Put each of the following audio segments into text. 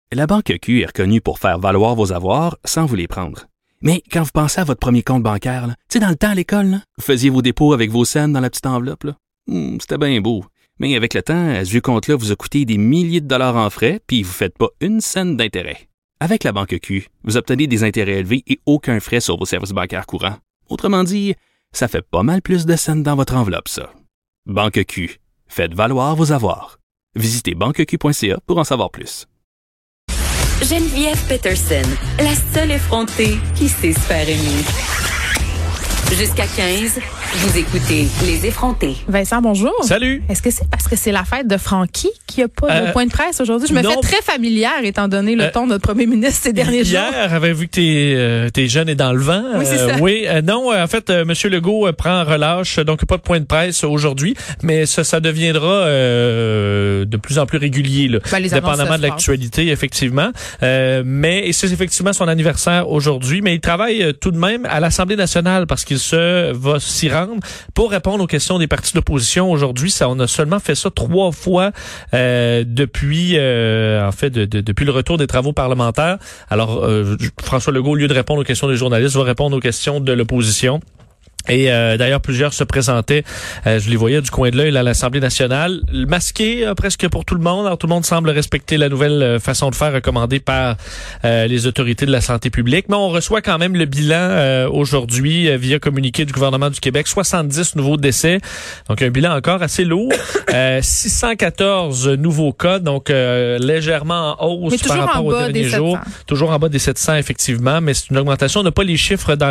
La Banque Q est reconnue pour faire valoir vos avoirs sans vous les prendre. Mais quand vous pensez à votre premier compte bancaire, tu sais, dans le temps à l'école, là, vous faisiez vos dépôts avec vos scènes dans la petite enveloppe. Là. C'était bien beau. Mais avec le temps, ce vieux compte-là vous a coûté des milliers de dollars en frais, puis vous ne faites pas une scène d'intérêt. Avec la Banque Q, vous obtenez des intérêts élevés et aucun frais sur vos services bancaires courants. Autrement dit, ça fait pas mal plus de scènes dans votre enveloppe, ça. Banque Q. Faites valoir vos avoirs. Visitez banqueq.ca pour en savoir plus. Geneviève Peterson, la seule effrontée qui sait se faire aimer. Jusqu'à 15, vous écoutez Les Effrontés. Vincent, bonjour. Salut. Est-ce que c'est parce que c'est la fête de Francky qu'il n'y a pas de point de presse aujourd'hui? Je me fais très familière étant donné le ton de notre premier ministre ces derniers jours. Hier, avait vu que t'es jeune et dans le vent. Oui, c'est ça. Non, en fait, M. Legault prend relâche, donc pas de point de presse aujourd'hui, mais ça deviendra de plus en plus régulier, là, dépendamment de l'actualité, effectivement. Mais c'est effectivement son anniversaire aujourd'hui, mais il travaille tout de même à l'Assemblée nationale parce qu'il va s'y rendre pour répondre aux questions des partis d'opposition. Aujourd'hui, on a seulement fait ça 3 fois depuis depuis le retour des travaux parlementaires. Alors, François Legault, au lieu de répondre aux questions des journalistes, va répondre aux questions de l'opposition. Et d'ailleurs, plusieurs se présentaient, je les voyais du coin de l'œil à l'Assemblée nationale, masqués presque pour tout le monde. Alors, tout le monde semble respecter la nouvelle façon de faire recommandée par les autorités de la santé publique. Mais on reçoit quand même le bilan aujourd'hui via communiqué du gouvernement du Québec. 70 nouveaux décès, donc un bilan encore assez lourd. 614 nouveaux cas, donc légèrement en hausse par rapport aux derniers jours. Toujours en bas des 700, effectivement, mais c'est une augmentation. On n'a pas les chiffres dans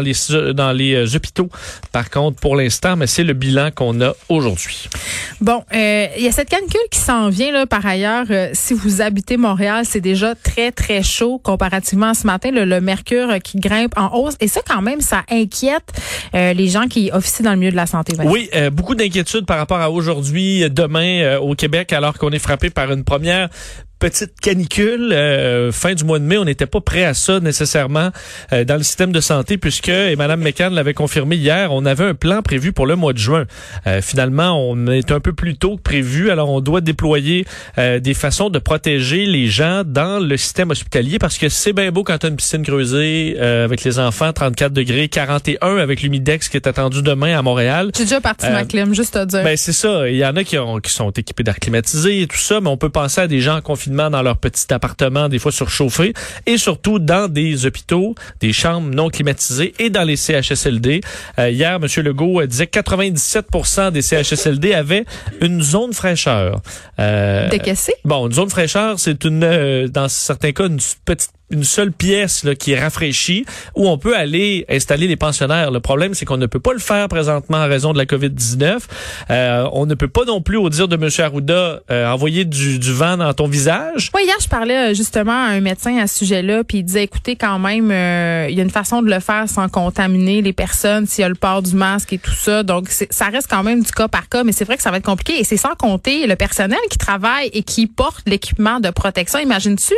les hôpitaux. Par contre, pour l'instant, mais c'est le bilan qu'on a aujourd'hui. Bon, il y a cette canicule qui s'en vient là. Par ailleurs, si vous habitez Montréal, c'est déjà très très chaud comparativement à ce matin. Le mercure qui grimpe en hausse et ça quand même, ça inquiète les gens qui officient dans le milieu de la santé. Oui, beaucoup d'inquiétudes par rapport à aujourd'hui, demain au Québec, alors qu'on est frappé par une première petite canicule. Fin du mois de mai, on n'était pas prêt à ça nécessairement dans le système de santé puisque, et Mme McCann l'avait confirmé hier, on avait un plan prévu pour le mois de juin. Finalement, on est un peu plus tôt que prévu, alors on doit déployer des façons de protéger les gens dans le système hospitalier parce que c'est bien beau quand tu as une piscine creusée avec les enfants, 34 degrés, 41 avec l'humidex qui est attendu demain à Montréal. J'ai déjà parti ma clim, juste à dire. Ben c'est ça, il y en a qui sont équipés d'air climatisé et tout ça, mais on peut penser à des gens en confinement dans leur petit appartement, des fois surchauffés, et surtout dans des hôpitaux, des chambres non climatisées et dans les CHSLD. Hier, M. Legault disait que 97% des CHSLD avaient une zone fraîcheur. Décaissée? Bon, une zone fraîcheur, c'est dans certains cas, une seule pièce là, qui est rafraîchie où on peut aller installer les pensionnaires. Le problème, c'est qu'on ne peut pas le faire présentement en raison de la COVID-19. On ne peut pas non plus, au dire de M. Arruda, envoyer du vent dans ton visage. Oui, hier, je parlais justement à un médecin à ce sujet-là, puis il disait, écoutez, quand même, il y a une façon de le faire sans contaminer les personnes, s'il y a le port du masque et tout ça. Donc, ça reste quand même du cas par cas, mais c'est vrai que ça va être compliqué. Et c'est sans compter le personnel qui travaille et qui porte l'équipement de protection. Imagines-tu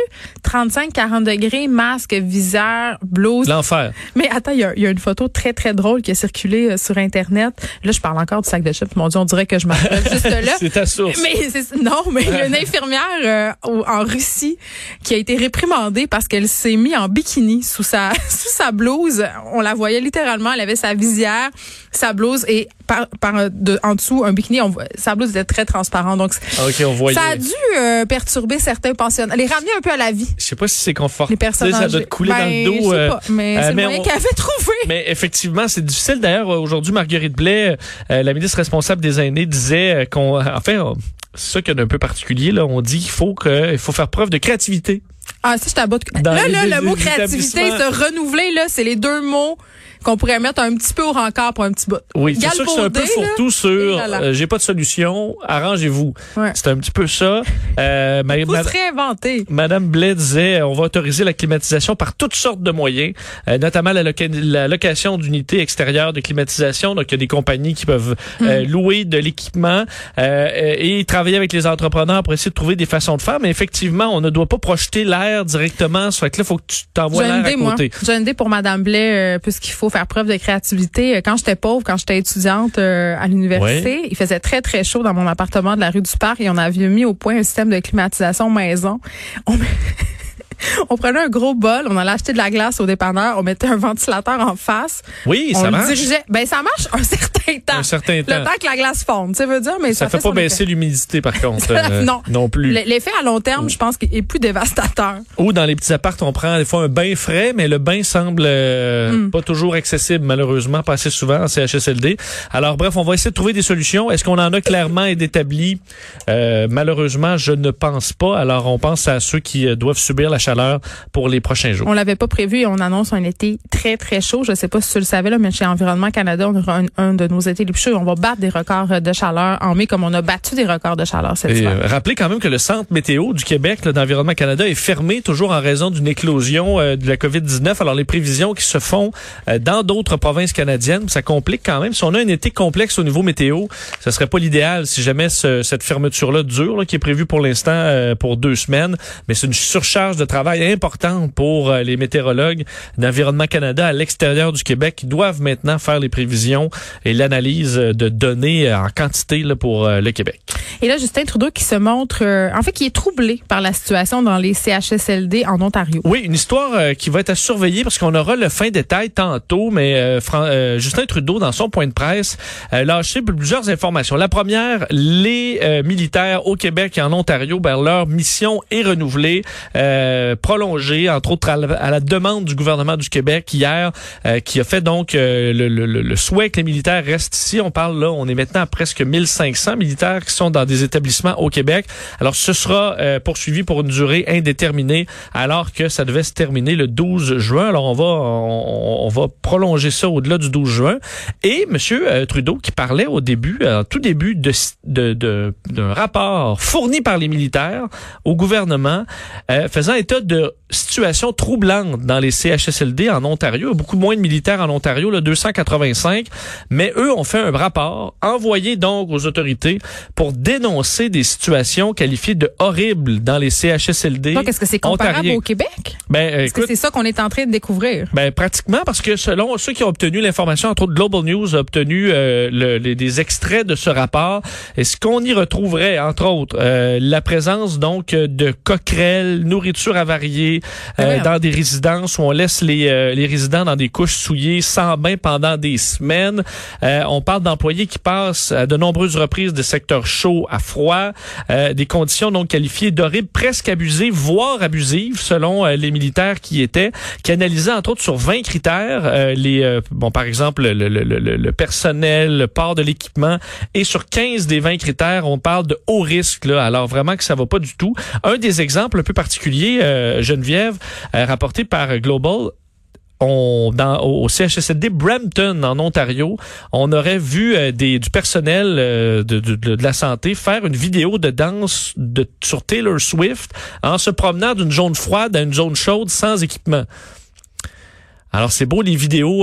35-40 degrés, masque, viseur, blouse. L'enfer. Mais attends, il y a une photo très, très drôle qui a circulé sur Internet. Là, je parle encore du sac de chips. Mon Dieu, on dirait que je m'appelle juste là. C'est ta source. Mais mais il y a une infirmière en Russie qui a été réprimandée parce qu'elle s'est mise en bikini sous sa blouse. On la voyait littéralement. Elle avait sa visière, sa blouse et en dessous un bikini. Sa blouse était très transparente. Donc, on voyait. Ça a dû perturber certains pensionnaires. Les ramener un peu à la vie. Je sais pas si c'est confortable. Les personnes ça doit te couler dans le dos. Je sais pas, mais c'est le moyen qu'elle avait trouvé. Mais effectivement, c'est difficile. D'ailleurs, aujourd'hui, Marguerite Blais, la ministre responsable des aînés, disait c'est ça qui est un peu particulier. Là, on dit qu'il faut faire preuve de créativité. Ah, ça, je t'aboute. Là, le mot créativité, se renouveler, là, c'est les deux mots qu'on pourrait mettre un petit peu au rencard pour un petit bout. Oui, c'est sûr que c'est un peu fourre-tout sur j'ai pas de solution, arrangez-vous. Ouais. C'est un petit peu ça. Faut se réinventer. Madame Blais disait on va autoriser la climatisation par toutes sortes de moyens, notamment la location d'unités extérieures de climatisation. Donc, il y a des compagnies qui peuvent louer de l'équipement et travailler avec les entrepreneurs pour essayer de trouver des façons de faire. Mais effectivement, on ne doit pas projeter l'air directement. Ça fait que là, il faut que tu t'envoies l'air à côté. J'ai une idée pour Madame Blais, puisqu'il faut faire preuve de créativité. Quand j'étais pauvre, quand j'étais étudiante à l'université, il faisait très, très chaud dans mon appartement de la rue du Parc et on avait mis au point un système de climatisation maison. on prenait un gros bol, on allait acheter de la glace au dépanneur, on mettait un ventilateur en face. Oui, ça marche. Dirigeait. Ben, ça marche un certain temps. Un certain temps. Le temps que la glace fonde, tu veux dire, mais ça fait pas baisser l'humidité, par contre. Non plus. L'effet à long terme, je pense qu'il est plus dévastateur. Ou dans les petits apparts, on prend des fois un bain frais, mais le bain semble pas toujours accessible, malheureusement, pas assez souvent en CHSLD. Alors, bref, on va essayer de trouver des solutions. Est-ce qu'on en a clairement établi? Malheureusement, je ne pense pas. Alors, on pense à ceux qui doivent subir la chaleur pour les prochains jours. On l'avait pas prévu et on annonce un été très, très chaud. Je sais pas si tu le savais, là, mais chez Environnement Canada, on aura un de nos étés les plus chauds. On va battre des records de chaleur en mai comme on a battu des records de chaleur cette semaine. Rappelez quand même que le Centre météo du Québec d'Environnement Canada est fermé toujours en raison d'une éclosion de la COVID-19. Alors, les prévisions qui se font dans d'autres provinces canadiennes, ça complique quand même. Si on a un été complexe au niveau météo, ce serait pas l'idéal si jamais cette fermeture-là dure, là, qui est prévue pour l'instant pour 2 semaines. Mais c'est une surcharge de travail importante pour les météorologues d'Environnement Canada à l'extérieur du Québec qui doivent maintenant faire les prévisions et l'analyse de données en quantité là, pour le Québec. Et là, Justin Trudeau qui se montre, en fait, qui est troublé par la situation dans les CHSLD en Ontario. Oui, une histoire qui va être à surveiller parce qu'on aura le fin détail tantôt, mais Justin Trudeau, dans son point de presse, lâché plusieurs informations. La première, les militaires au Québec et en Ontario, leur mission est renouvelée, prolongée, entre autres à la demande du gouvernement du Québec hier, qui a fait donc le souhait que les militaires restent ici. On parle là, on est maintenant à presque 1500 militaires qui sont dans des établissements au Québec. Alors, ce sera poursuivi pour une durée indéterminée, alors que ça devait se terminer le 12 juin. Alors, on va prolonger ça au-delà du 12 juin. Et M. Trudeau, qui parlait au début, tout début d'un rapport fourni par les militaires au gouvernement, faisant état de situation troublante dans les CHSLD en Ontario. Il y a beaucoup moins de militaires en Ontario, là, 285, mais eux ont fait un rapport envoyé donc aux autorités pour dénoncer des situations qualifiées de horribles dans les CHSLD. Donc, est-ce que c'est comparable au Québec? Est-ce que c'est ça qu'on est en train de découvrir? Pratiquement, parce que selon ceux qui ont obtenu l'information, entre autres Global News a obtenu des extraits de ce rapport. Et ce qu'on y retrouverait, entre autres, la présence donc de coquerelles, nourriture avariée dans des résidences où on laisse les résidents dans des couches souillées, sans bain pendant des semaines. On parle d'employés qui passent à de nombreuses reprises de secteurs chauds à froid, des conditions donc qualifiées d'horribles, presque abusives, voire abusives, selon les militaires qui analysaient entre autres sur 20 critères, par exemple le personnel, le port de l'équipement, et sur 15 des 20 critères, on parle de haut risque, là, alors vraiment que ça va pas du tout. Un des exemples un peu particuliers, Geneviève, rapporté par Global, au CHSLD Brampton en Ontario, on aurait vu du personnel de la santé faire une vidéo de danse sur Taylor Swift en se promenant d'une zone froide à une zone chaude sans équipement. Alors, c'est beau les vidéos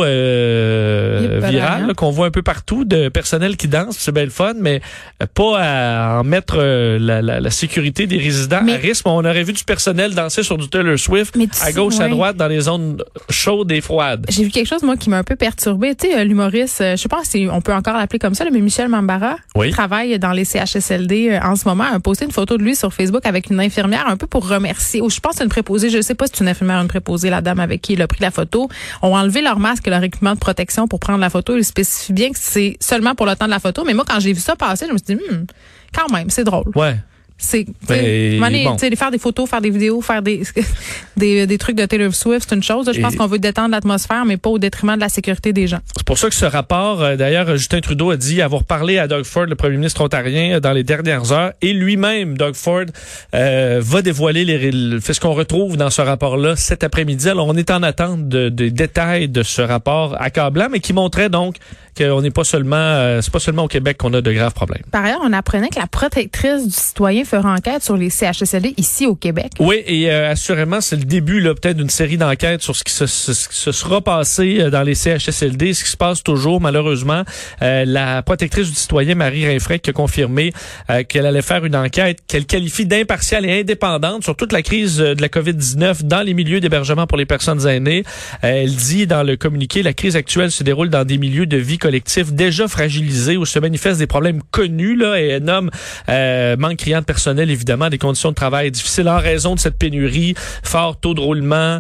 virales qu'on voit un peu partout de personnel qui danse, c'est bien le fun, mais pas à en mettre la sécurité des résidents à risque. On aurait vu du personnel danser sur du Taylor Swift à gauche, à droite, dans les zones chaudes et froides. J'ai vu quelque chose, moi, qui m'a un peu perturbée. Tu sais, l'humoriste, je sais pas si on peut encore l'appeler comme ça, mais Michel Mambara, qui travaille dans les CHSLD en ce moment, a posté une photo de lui sur Facebook avec une infirmière, un peu pour remercier, ou je pense une préposée, je sais pas si c'est une infirmière ou une préposée, la dame avec qui il a pris la photo, ont enlevé leur masque et leur équipement de protection pour prendre la photo. Ils spécifient bien que c'est seulement pour le temps de la photo. Mais moi, quand j'ai vu ça passer, je me suis dit, quand même, c'est drôle. Ouais. C'est faire des photos, faire des vidéos, faire des trucs de Taylor Swift, c'est une chose. Je pense qu'on veut détendre l'atmosphère, mais pas au détriment de la sécurité des gens. C'est pour ça que ce rapport, d'ailleurs, Justin Trudeau a dit avoir parlé à Doug Ford, le premier ministre ontarien, dans les dernières heures, et lui-même, Doug Ford, va dévoiler ce qu'on retrouve dans ce rapport-là cet après-midi. Alors, on est en attente des détails de ce rapport accablant, mais qui montrait donc qu'on n'est pas seulement, c'est pas seulement au Québec qu'on a de graves problèmes. Par ailleurs, on apprenait que la protectrice du citoyen fera enquête sur les CHSLD ici au Québec. Oui, et assurément, c'est le début là peut-être d'une série d'enquêtes sur ce qui se sera passé dans les CHSLD, ce qui se passe toujours malheureusement. La protectrice du citoyen, Marie Rinfret, a confirmé qu'elle allait faire une enquête qu'elle qualifie d'impartiale et indépendante sur toute la crise de la COVID-19 dans les milieux d'hébergement pour les personnes aînées. Elle dit dans le communiqué, la crise actuelle se déroule dans des milieux de vie collectifs déjà fragilisés où se manifestent des problèmes connus là, et elle nomme manque criant de personnel, évidemment, des conditions de travail difficiles en raison de cette pénurie, fort taux de roulement,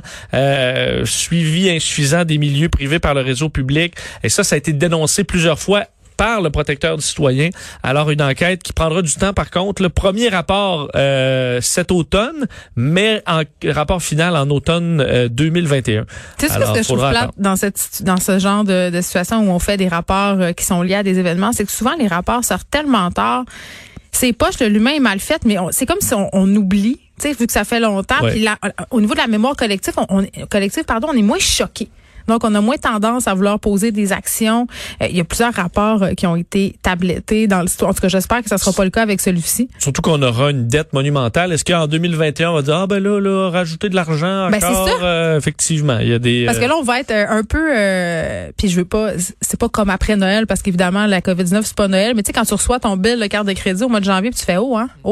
suivi insuffisant des milieux privés par le réseau public. Et ça a été dénoncé plusieurs fois par le protecteur du citoyen. Alors, une enquête qui prendra du temps, par contre. Le premier rapport cet automne, mais rapport final en automne 2021. Tu sais ce que je trouve plate dans ce genre de situation où on fait des rapports qui sont liés à des événements, c'est que souvent, les rapports sortent tellement tard. C'est poche, l'humain est mal fait, mais c'est comme si on oublie, tu sais, vu que ça fait longtemps. Ouais. Puis au niveau de la mémoire collective, on est moins choqué. Donc, on a moins tendance à vouloir poser des actions. Il y a plusieurs rapports qui ont été tablettés dans l'histoire. En tout cas, j'espère que ça sera pas le cas avec celui-ci. Surtout qu'on aura une dette monumentale. Est-ce qu'en 2021, on va dire, là, rajouter de l'argent encore? C'est ça. Effectivement, il y a des... Parce que là, on va être un peu... puis je veux pas... C'est pas comme après Noël, parce qu'évidemment, la COVID-19, c'est pas Noël. Mais tu sais, quand tu reçois ton bill de carte de crédit au mois de janvier, puis tu fais,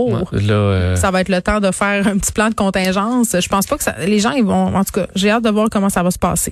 ça va être le temps de faire un petit plan de contingence. Je pense pas que les gens, ils vont... En tout cas, j'ai hâte de voir comment ça va se passer.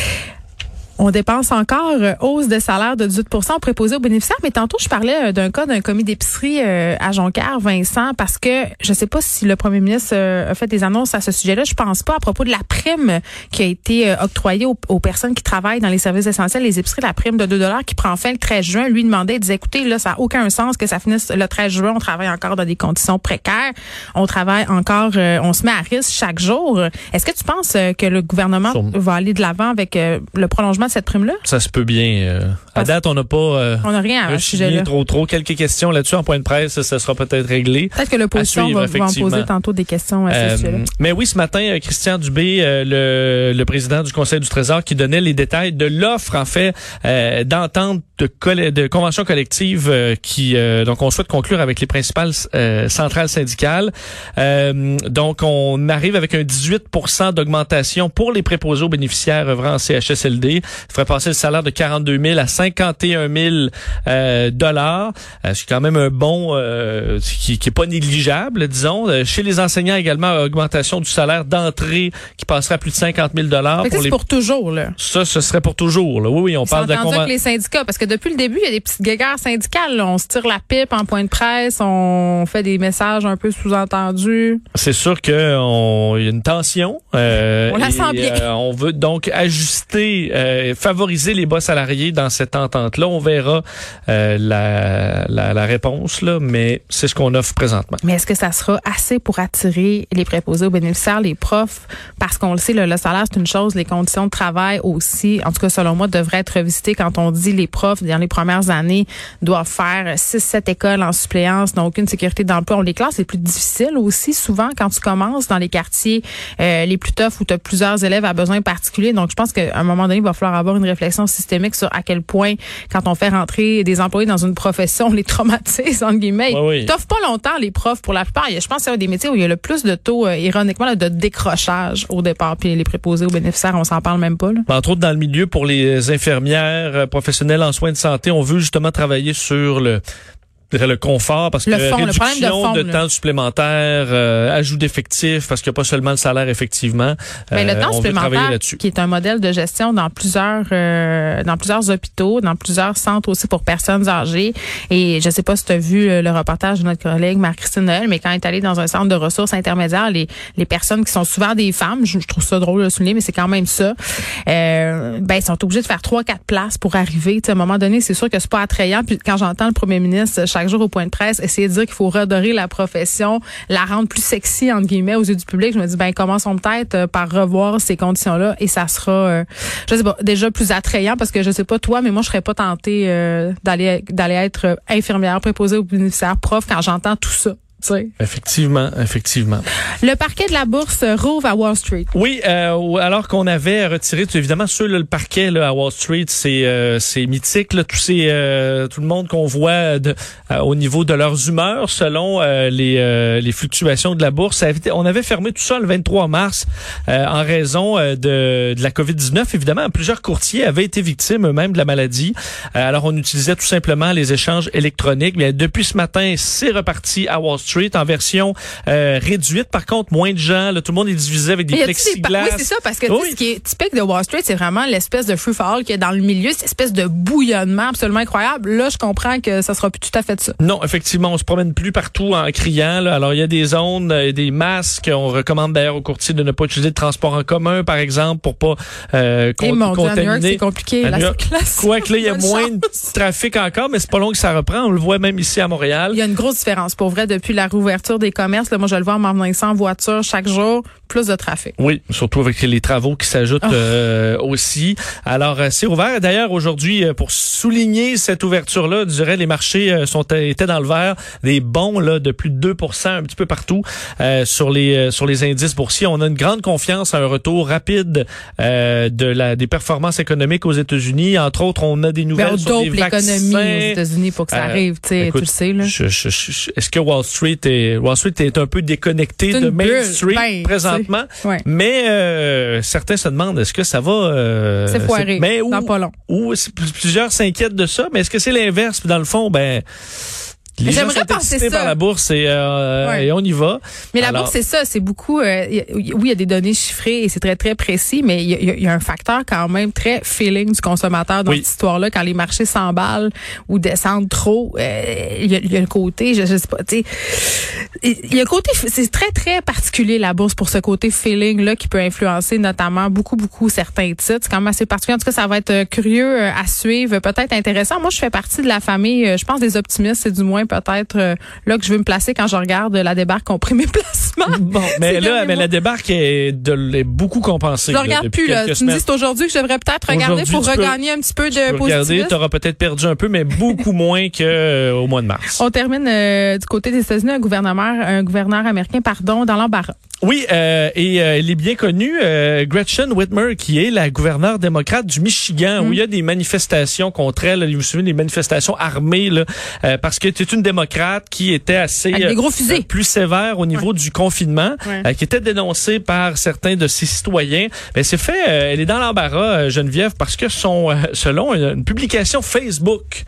On dépense encore hausse de salaire de 18 % préposé aux bénéficiaires. Mais tantôt, je parlais d'un cas d'un commis d'épicerie à Jonquière, Vincent, parce que je sais pas si le premier ministre a fait des annonces à ce sujet-là. Je pense pas à propos de la prime qui a été octroyée aux personnes qui travaillent dans les services essentiels, les épiceries, la prime de 2 $ qui prend fin le 13 juin. Lui demandait, il disait, écoutez, là, ça n'a aucun sens que ça finisse le 13 juin. On travaille encore dans des conditions précaires. On travaille encore, on se met à risque chaque jour. Est-ce que tu penses que le gouvernement va aller de l'avant avec le prolongement de cette prime-là? Ça se peut bien. À date, on n'a pas on n'a rien à ce sujet-là. Trop. Quelques questions là-dessus en point de presse, ça sera peut-être réglé. Peut-être que l'opposition va en poser tantôt des questions à ce sujet-là. Mais oui, ce matin, Christian Dubé, le président du Conseil du Trésor, qui donnait les détails de l'offre, en fait, d'entente de convention collective donc on souhaite conclure avec les principales centrales syndicales. Donc, on arrive avec un 18 % d'augmentation pour les préposés aux bénéficiaires œuvrant en CHSLD. Ça ferait passer le salaire de 42 000 à 51 000 dollars. C'est quand même un bond qui est pas négligeable, disons. Chez les enseignants également, augmentation du salaire d'entrée qui passerait à plus de 50 000 dollars. C'est pour toujours, là. Ça, ce serait pour toujours, là. Oui, on parle de avec les syndicats, parce que depuis le début, il y a des petites guéguerres syndicales, là. On se tire la pipe en point de presse, on fait des messages un peu sous-entendus. C'est sûr qu'il y a une tension. On la sent bien. On veut donc ajuster, favoriser les bas salariés dans cette entente-là. On verra la réponse, là, mais c'est ce qu'on offre présentement. Mais est-ce que ça sera assez pour attirer les préposés aux bénéficiaires, les profs? Parce qu'on le sait, le salaire, c'est une chose, les conditions de travail aussi, en tout cas, selon moi, devraient être revisitées quand on dit les profs, dans les premières années, doivent faire 6-7 écoles en suppléance, n'ont aucune sécurité d'emploi. On les classes les plus difficiles aussi, souvent, quand tu commences dans les quartiers les plus toughs où tu as plusieurs élèves à besoins particuliers. Donc, je pense qu'à un moment donné, il va falloir avoir une réflexion systémique sur à quel point, quand on fait rentrer des employés dans une profession, on les traumatise, entre guillemets. Oui. Ils t'offrent pas longtemps, les profs, pour la plupart. Je pense que c'est un des métiers où il y a le plus de taux, ironiquement, là, de décrochage au départ. Puis les préposés aux bénéficiaires, on s'en parle même pas, là. Entre autres, dans le milieu, pour les infirmières, professionnels en soins de santé, on veut justement travailler sur le confort, parce que réduction de temps supplémentaire, ajout d'effectifs, parce qu'il n'y a pas seulement le salaire, effectivement. Mais le temps supplémentaire, qui est un modèle de gestion dans plusieurs hôpitaux, dans plusieurs centres aussi pour personnes âgées. Et je sais pas si tu as vu le reportage de notre collègue Marie-Christine Noël, mais quand elle est allée dans un centre de ressources intermédiaires, les personnes qui sont souvent des femmes, je trouve ça drôle de le souligner, mais c'est quand même ça, ils sont obligés de faire 3-4 places pour arriver. T'sais, à un moment donné, c'est sûr que c'est pas attrayant. Puis quand j'entends le premier ministre chaque jour au point de presse essayer de dire qu'il faut redorer la profession, la rendre plus sexy, entre guillemets, aux yeux du public, je me dis, commençons peut-être par revoir ces conditions-là et ça sera, je sais pas, déjà plus attrayant, parce que je sais pas toi, mais moi, je serais pas tentée d'aller être infirmière, préposée aux bénéficiaires, prof, quand j'entends tout ça. Effectivement. Le parquet de la bourse rouvre à Wall Street. Oui, alors qu'on avait retiré, évidemment, le parquet là, à Wall Street, c'est mythique, là, tout le monde qu'on voit au niveau de leurs humeurs selon les fluctuations de la bourse. On avait fermé tout ça le 23 mars en raison de la COVID-19. Évidemment, plusieurs courtiers avaient été victimes eux-mêmes de la maladie. Alors, on utilisait tout simplement les échanges électroniques. Mais depuis ce matin, c'est reparti à Wall Street. Street en version réduite. Par contre, moins de gens. Là, tout le monde est divisé avec des plexiglas. Oui, c'est ça, parce que ce qui est typique de Wall Street, c'est vraiment l'espèce de free-for-all qu'il y a dans le milieu, cette espèce de bouillonnement absolument incroyable. Là, je comprends que ça sera plus tout à fait ça. Non, effectivement, on se promène plus partout en criant. Là. Alors, il y a des zones, des masques. On recommande d'ailleurs aux courtiers de ne pas utiliser de transport en commun, par exemple, pour pas contaminer. À New York, c'est compliqué. Quoique là, il y a moins de trafic encore, mais c'est pas long que ça reprend. On le voit même ici à Montréal. Il y a une grosse différence. Pour vrai, depuis la réouverture des commerces, là, moi, je le vois en m'en venant ici en voiture chaque jour, plus de trafic. Oui, surtout avec les travaux qui s'ajoutent aussi. Alors, c'est ouvert. D'ailleurs, aujourd'hui, pour souligner cette ouverture-là, je dirais, les marchés étaient dans le vert. Des bons là de plus de 2% un petit peu partout sur les indices boursiers. On a une grande confiance à un retour rapide des performances économiques aux États-Unis. Entre autres, on a des nouvelles sur les vaccins. L'économie aux États-Unis pour que ça arrive, écoute, tu le sais. Là. Est-ce que Wall Street est un peu déconnecté de Main Street présentement? Ouais. Mais certains se demandent, est-ce que ça va... c'est foiré, dans pas long. Plusieurs s'inquiètent de ça, mais est-ce que c'est l'inverse? Puis dans le fond, les gens sont excités par la bourse et on y va. Mais la bourse, c'est ça, c'est beaucoup... oui, il y a des données chiffrées et c'est très, très précis, mais il y a un facteur quand même très feeling du consommateur dans cette histoire-là. Quand les marchés s'emballent ou descendent trop, il y a le côté, je sais pas, tu sais... Il y a un côté... C'est très, très particulier, la bourse, pour ce côté feeling-là qui peut influencer notamment beaucoup, beaucoup certains titres. C'est quand même assez particulier. En tout cas, ça va être curieux à suivre, peut-être intéressant. Moi, je fais partie de la famille, je pense, des optimistes, c'est du moins peut-être là que je veux me placer quand je regarde la débarque compris mes placements. Bon, mais là, la débarque est beaucoup compensée. Je ne regarde plus. Là. Tu me dis c'est aujourd'hui que je devrais peut-être regarder pour regagner un petit peu de positivisme. Tu auras peut-être perdu un peu, mais beaucoup moins qu'au mois de mars. On termine du côté des États-Unis, un gouverneur américain, dans l'embarras. Oui, et elle est bien connue, Gretchen Whitmer, qui est la gouverneure démocrate du Michigan, où il y a des manifestations contre elle. Vous vous souvenez des manifestations armées, là, parce que c'est une démocrate qui était assez des gros fusils. Plus sévère au niveau du confinement, qui était dénoncée par certains de ses citoyens. Mais c'est fait, elle est dans l'embarras, Geneviève, parce que selon une publication Facebook.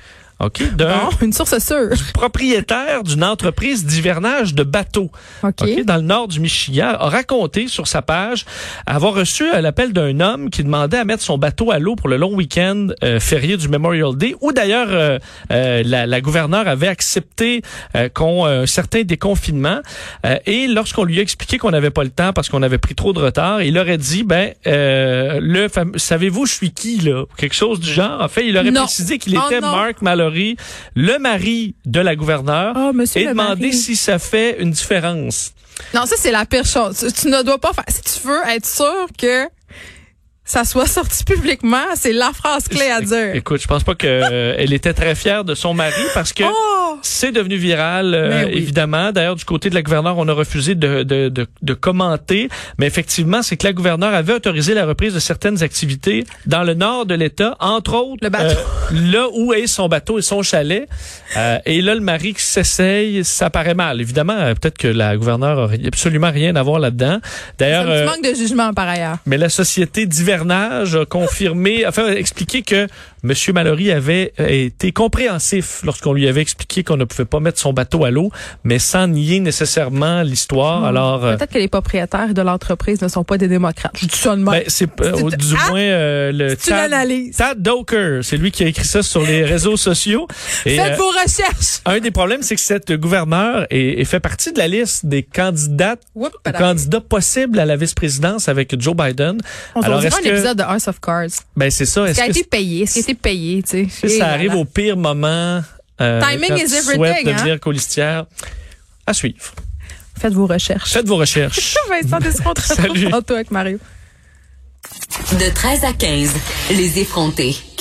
Une source sûre. Propriétaire d'une entreprise d'hivernage de bateaux dans le nord du Michigan a raconté sur sa page avoir reçu l'appel d'un homme qui demandait à mettre son bateau à l'eau pour le long week-end férié du Memorial Day, où d'ailleurs la gouverneure avait accepté un certain déconfinement, et lorsqu'on lui a expliqué qu'on n'avait pas le temps parce qu'on avait pris trop de retard, il aurait dit savez-vous je suis qui là, quelque chose du genre. En fait, il aurait précisé qu'il était Mark Mallory, le mari de la gouverneure, et demander si ça fait une différence. Non, ça c'est la pire chose. Tu ne dois pas faire. Si tu veux être sûr que ça soit sorti publiquement, c'est la phrase clé à dire. Écoute, je pense pas elle était très fière de son mari parce que c'est devenu viral, évidemment. D'ailleurs, du côté de la gouverneure, on a refusé de commenter. Mais effectivement, c'est que la gouverneure avait autorisé la reprise de certaines activités dans le nord de l'État, entre autres le bateau. Là où est son bateau et son chalet. Et là, le mari qui s'essaye, ça paraît mal. Évidemment, peut-être que la gouverneure a absolument rien à voir là-dedans. D'ailleurs, c'est un petit manque de jugement par ailleurs. Mais la société d'hivernage a confirmé, a expliqué que M. Mallory avait été compréhensif lorsqu'on lui avait expliqué qu'on ne pouvait pas mettre son bateau à l'eau, mais sans nier nécessairement l'histoire. Alors peut-être que les propriétaires de l'entreprise ne sont pas des démocrates. Je dis ça de même. C'est du moins le Tad Doker, c'est lui qui a écrit ça sur les réseaux sociaux. Faites vos recherches. Un des problèmes, c'est que cette gouverneure fait partie de la liste des candidats possibles à la vice-présidence avec Joe Biden. Alors est-ce un épisode de House of Cards? C'est ça. Est-ce qu'il a été payé? Est-ce qu'il a été payé, tu sais? Ça arrive au pire moment. Timing is everything. Devenir colistière. À suivre. Faites vos recherches. Vincent Dessereau, Salut. Tantôt avec Mario. De 13 à 15, les effrontés.